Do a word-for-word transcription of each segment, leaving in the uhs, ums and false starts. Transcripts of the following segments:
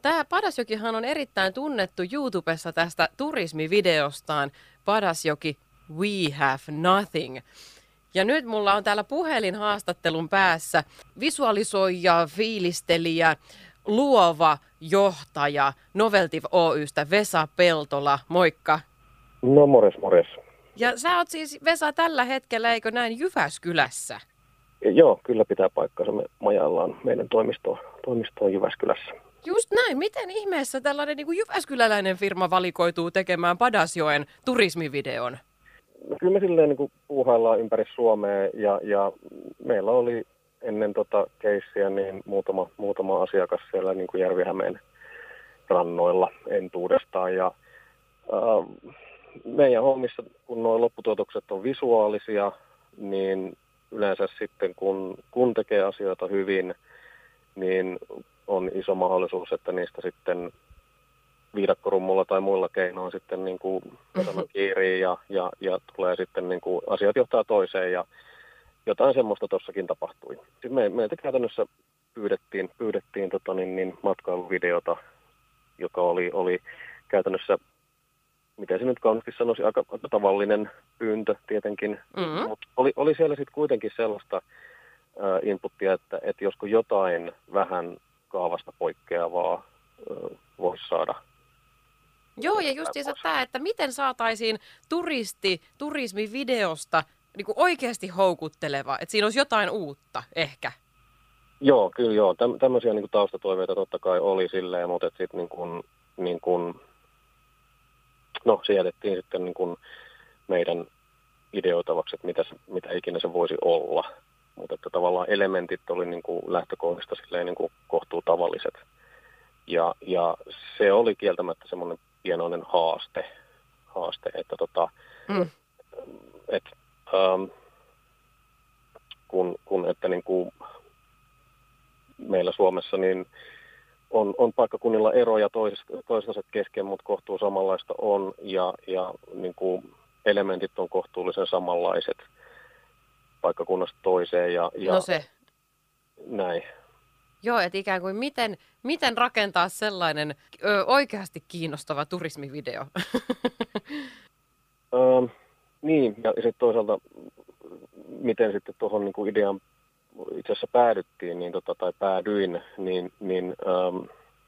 Tämä Padasjokihan on erittäin tunnettu YouTubessa tästä turismivideostaan Padasjoki We Have Nothing. Ja nyt mulla on täällä puhelinhaastattelun päässä visualisoija, fiilistelijä, luova johtaja Noveltive Oy:stä Vesa Peltola. Moikka! No mores mores. Ja sä oot siis, Vesa, tällä hetkellä, eikö näin, Jyväskylässä? Joo, kyllä pitää paikkansa. Me majaillaan meidän toimistoon, toimistoon Jyväskylässä. Just näin. Miten ihmeessä tällainen niin kuin jyväskyläläinen firma valikoituu tekemään Padasjoen turismivideon? No, kyllä me silleen niin kuin puuhaillaan ympäri Suomea ja, ja meillä oli ennen tota keissiä niin muutama, muutama asiakas siellä niin kuin Järvi-Hämeen rannoilla entuudestaan. Ja, äh, meidän hommissa, kun nuo lopputuotokset on visuaalisia, niin yleensä sitten kun, kun tekee asioita hyvin, niin on iso mahdollisuus, että niistä sitten viidakkorummulla tai muilla keinoin sitten niin kuin kiirii ja, ja, ja tulee sitten niin kuin asiat johtaa toiseen ja jotain semmoista tuossakin tapahtui. Sitten me, meiltä käytännössä pyydettiin, pyydettiin tota niin, niin matkailuvideota, joka oli, oli käytännössä, miten se nyt kauniisti sanoisi, aika, aika tavallinen pyyntö tietenkin, mm-hmm. mutta oli, oli siellä sitten kuitenkin sellaista äh, inputtia, että, että josko jotain vähän kaavasta poikkeavaa äh, voisi saada. Joo, ja justiinsa tämä, että miten saataisiin turisti, turismivideosta niin kuin oikeasti houkutteleva, että siinä olisi jotain uutta ehkä. Joo, kyllä joo. Täm, tämmöisiä niin kuin taustatoiveita totta kai oli silleen, mutta sitten niin kuin, niin kuin, no se jätettiin sitten niin kuin meidän ideoitavaksi, että mitä, mitä ikinä se voisi olla. Mutta että tavallaan elementit oli niin kuin lähtökohdista silleen niin kuin kohtuu tavalliset. Ja, ja se oli kieltämättä semmoinen pienoinen haaste, haaste että, tota, mm. et, ähm, kun, kun että niin kuin meillä Suomessa niin on, on paikkakunnilla eroja toistensa kesken, mutta kohtuu samanlaista on ja, ja niin kuin elementit on kohtuullisen samanlaiset paikkakunnasta toiseen ja, ja no se. Näin. Joo, että ikään kuin miten, miten rakentaa sellainen ö, oikeasti kiinnostava turismivideo. Öö, niin, ja sitten toisaalta miten sitten tuohon niin kuin ideaan itse asiassa päädyttiin, niin tota, tai päädyin, niin, niin ähm,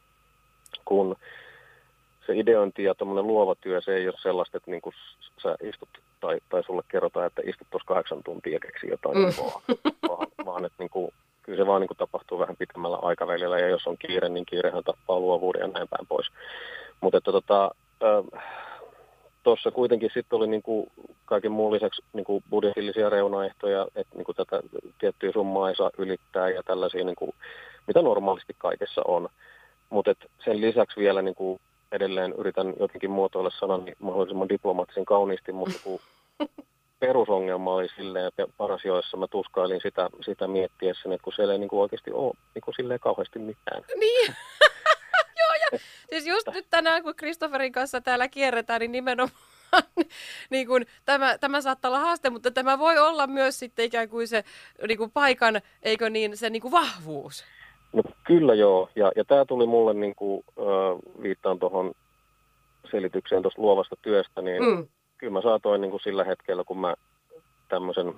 kun se ideointi ja tuommoinen luova työ, se ei ole sellaista, että niin kuin sä istut tai, tai sulle kerrotaan, että istut tuossa kahdeksan tuntia ja keksi jotain, mm. vaan, vaan, vaan että niin kuin, kyllä se vaan niin kuin tapahtuu vähän pitemmällä aikavälillä, ja jos on kiire, niin kiirehän tappaa luovuuden ja näin päin pois. Mutta että tota, äh, tuossa kuitenkin sitten oli niin kuin kaiken muun lisäksi niin kuin budjetillisia reunaehtoja, että niin kuin tätä tiettyä summaa ei saa ylittää ja tällaisia, niin kuin, mitä normaalisti kaikessa on. Mutta sen lisäksi vielä niin kuin edelleen yritän jotenkin muotoilla sanani mahdollisimman diplomaattisen kauniisti, mutta kun perusongelma oli silleen, että Padasjoessa mä tuskailin sitä, sitä miettiessäni, että kun siellä ei niin kuin oikeasti ole niin kuin silleen kauheasti mitään. Niin. Joo, ja siis just nyt tänään, kun Christopherin kanssa täällä kierretään, niin nimenomaan niin kuin, tämä, tämä saattaa olla haaste, mutta tämä voi olla myös sitten ikään kuin se niin kuin paikan, eikö niin, se niin kuin vahvuus. No kyllä joo, ja, ja tämä tuli mulle, niin kuin, äh, viittaan tuohon selitykseen tuosta luovasta työstä, niin mm. kyllä mä saatoin niin kuin sillä hetkellä, kun mä tämmöisen,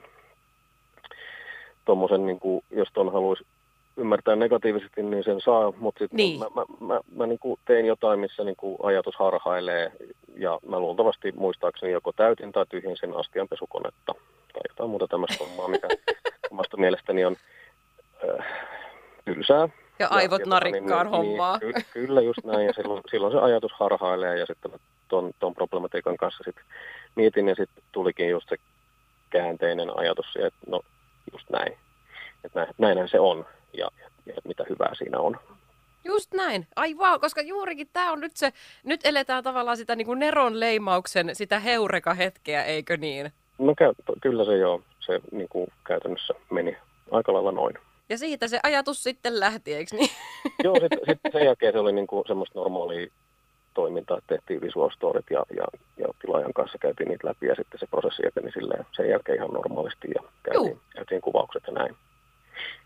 tommosen, niin kuin, jos ton haluaisi ymmärtää negatiivisesti, niin sen saa, mutta sitten niin. mä, mä, mä, mä niin kuin tein jotain, missä niin kuin ajatus harhailee, ja mä luultavasti muistaakseni joko täytin tai tyhjin sen astianpesukonetta, tai jotain muuta tämmöistä hommaa, mikä omasta mielestäni on äh, tylsää. Ja aivot ja, narikkaan niin, hommaa. Niin, ky- kyllä just näin, ja silloin, silloin se ajatus harhailee, ja sitten ton, ton problematiikan kanssa sit mietin, ja sitten tulikin just se käänteinen ajatus, että no just näin, että näin, näinhän se on. Ja, ja mitä hyvää siinä on. Just näin. Ai vau, koska juurikin tämä on nyt se, nyt eletään tavallaan sitä niin kuin Neron leimauksen, sitä heureka-hetkeä, eikö niin? No kä- kyllä se joo, se niin kuin käytännössä meni aika lailla noin. Ja siitä se ajatus sitten lähti, eikö niin? Joo, sitten sit sen jälkeen se oli niin kuin semmoista normaalia toimintaa, että tehtiin visual storyt ja, ja, ja tilaajan kanssa käytiin niitä läpi ja sitten se prosessi eteni silleen sen jälkeen ihan normaalisti ja käytiin, käytiin kuvaukset ja näin.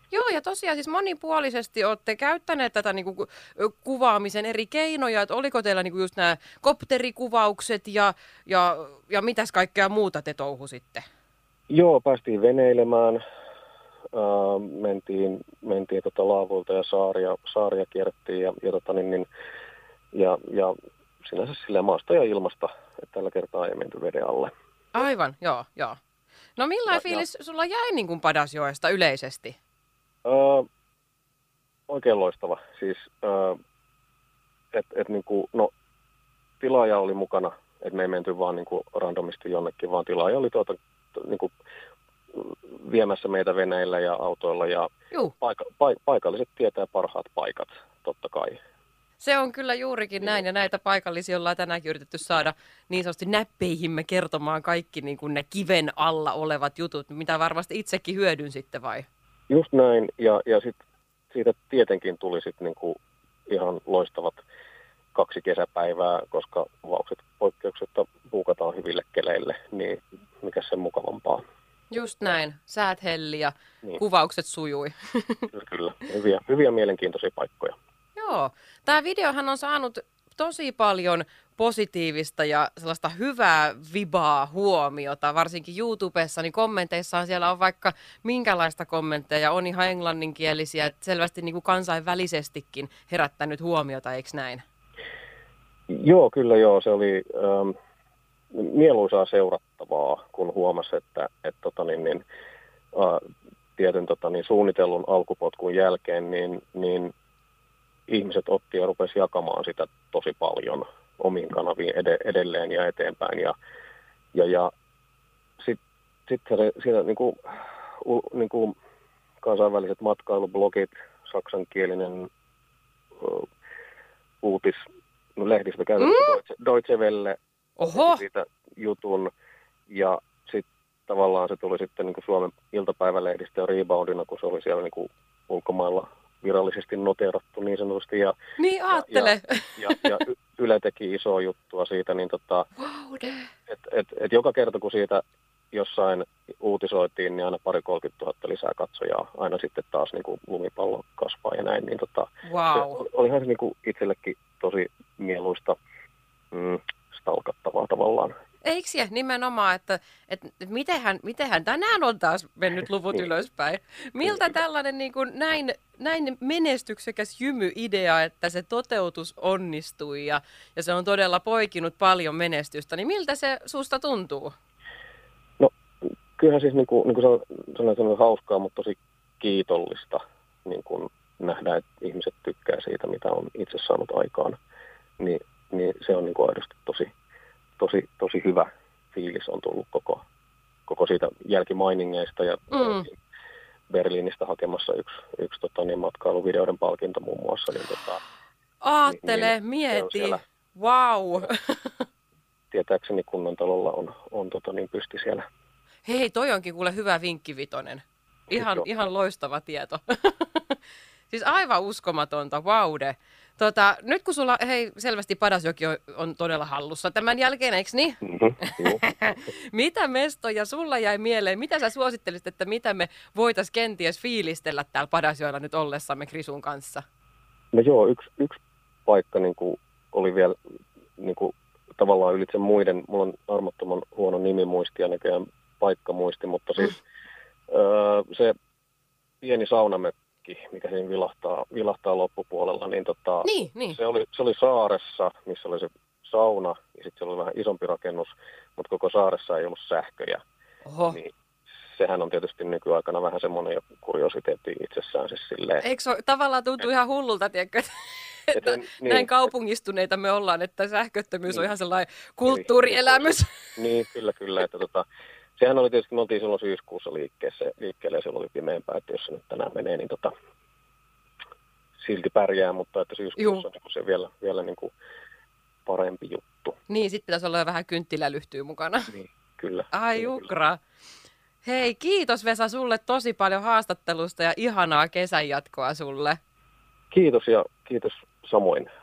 Joo, ja tosiaan siis monipuolisesti olette käyttäneet tätä niin kuin, ku- kuvaamisen eri keinoja, että oliko teillä niin kuin just nämä kopterikuvaukset ja, ja, ja mitäs kaikkea muuta te touhusitte? Joo, päästiin veneilemään, ää, mentiin, mentiin tota laavuilta ja saaria, saaria kierrettiin ja, ja, tota, niin, niin, ja, ja sinänsä silleen maasta ja ilmasta, että tällä kertaa ei menty veden alle. Aivan, joo, joo. No millainen Ja, ja, fiilis sulla jäi niin kuin Padasjoesta yleisesti? ää, oikein loistava. Siis, ää, et, et, niin kuin, no, tilaaja oli mukana, että me ei menty vaan niin kuin randomisti jonnekin, vaan tilaaja oli tuota, niin kuin, viemässä meitä veneillä ja autoilla ja paika, pa, paikalliset tietää parhaat paikat, totta kai. Se on kyllä juurikin näin, ja näitä paikallisia ollaan tänäänkin yritetty saada niin sanotusti näppeihimme kertomaan kaikki niin kuin ne kiven alla olevat jutut, mitä varmasti itsekin hyödyn sitten vai? Just näin, ja, ja sit, siitä tietenkin tuli sit niinku ihan loistavat kaksi kesäpäivää, koska kuvaukset poikkeuksetta buukataan hyville keleille, niin mikä sen mukavampaa. Just näin, säät helli ja niin. Kuvaukset sujui. Kyllä, hyviä, hyviä mielenkiintoisia paikkoja. Joo, tämä videohan on saanut tosi paljon positiivista ja sellaista hyvää vibaa huomiota, varsinkin YouTubessa, niin kommenteissaan siellä on vaikka minkälaista kommentteja, on ihan englanninkielisiä, että selvästi niin kuin kansainvälisestikin herättänyt huomiota, eikö näin? Joo, kyllä joo, se oli ähm, mieluisaa seurattavaa, kun huomasi, että et, tota, niin, niin, äh, tietyn tota, niin, suunnitellun alkupotkun jälkeen niin, niin ihmiset otti ja rupesi jakamaan sitä tosi paljon omiin kanaviin ed- edelleen ja eteenpäin. Ja, ja, ja sitten sit se, siinä niin kuin, u, niin kuin kansainväliset matkailublogit, saksankielinen uh, uutis, no lehdistö käytännössä mm? Deutsche, Deutsche Welle Oho. siitä jutun. Ja sitten tavallaan se tuli sitten niin kuin Suomen iltapäivälehdistö reboundina, kun se oli siellä niin kuin ulkomailla virallisesti noteerattu niin sanotusti. Ja, niin ajattele. Ja, ja, ja Yle teki isoa juttua siitä, niin tota, wow, että et, et joka kerta kun siitä jossain uutisoitiin, niin aina pari kolmekymmentä tuhatta lisää katsojaa. Aina sitten taas niin kuin lumipallo kasvaa ja näin. Niin tota, wow. se, olihan se niin kuin itsellekin tosi mieluista mm, stalkattavaa tavallaan. Eikö se nimenomaan, että, että mitenhän, mitenhän tänään on taas mennyt luvut niin. ylöspäin. Miltä niin. tällainen niin kuin näin, näin menestyksekäs jymyidea, että se toteutus onnistui ja, ja se on todella poikinut paljon menestystä, niin miltä se susta tuntuu? No kyllähän siis niin kuin, niin kuin sanoin, sanoin hauskaa, mutta tosi kiitollista niin kuin nähdä, että ihmiset tykkää siitä, mitä on itse saanut aikaan. Niin, niin se on niin kuin aidosti tosi... Tosi, tosi hyvä fiilis on tullut koko, koko siitä jälkimainingeista ja mm. Berliinistä hakemassa yksi, yksi tota, niin matkailuvideoiden palkinto muun muassa. Niin, tota, Aattele, niin, mieti, wow. Tietääkseni kunnantalolla on, on tota, niin pysti siellä. Hei, toi onkin kuule hyvä vinkki vitonen. Ihan, ihan loistava tieto. Siis aivan uskomatonta, vaude. Tota, nyt kun sulla, hei, selvästi Padasjoki on, on todella hallussa tämän jälkeen, eikö niin? Mm-hmm, mitä mestoja sulla jäi mieleen? Mitä sä suosittelisit, että mitä me voitaisiin kenties fiilistellä täällä Padasjoella nyt ollessamme Krisun kanssa? No joo, yksi, yksi paikka niin kuin oli vielä niin kuin, tavallaan ylitse muiden. Mulla on armottoman huono nimimuisti ja näköjään paikkamuisti, mutta siis mm. öö, se pieni saunamökki, mikä siinä vilahtaa, vilahtaa loppupuolella, niin, tota, niin, niin. Se, oli, se oli saaressa, missä oli se sauna, ja sitten se oli vähän isompi rakennus, mutta koko saaressa ei ollut sähköjä. Oho. Niin sehän on tietysti nykyaikana vähän semmoinen jo kuriositeetti itsessään. Siis silleen, eikö se tavallaan tuntu et, ihan hullulta, tiedätkö, että et, niin. näin kaupungistuneita me ollaan, että sähköttömyys niin. on ihan sellainen kulttuurielämys. Niin, niin kyllä, kyllä. Että tota, sehän oli tietysti, me oltiin silloin syyskuussa liikkeessä, liikkeelle ja silloin oli pimeämpää, että jos se nyt tänään menee, niin tota, silti pärjää, mutta että syyskuussa on niin se vielä, vielä niin kuin parempi juttu. Niin, sitten pitäisi olla jo vähän kynttilälyhtyä mukana. Niin, kyllä. Ai kyllä, ukra. Kyllä. Hei, kiitos Vesa sulle tosi paljon haastattelusta ja ihanaa kesän jatkoa sulle. Kiitos ja kiitos samoin.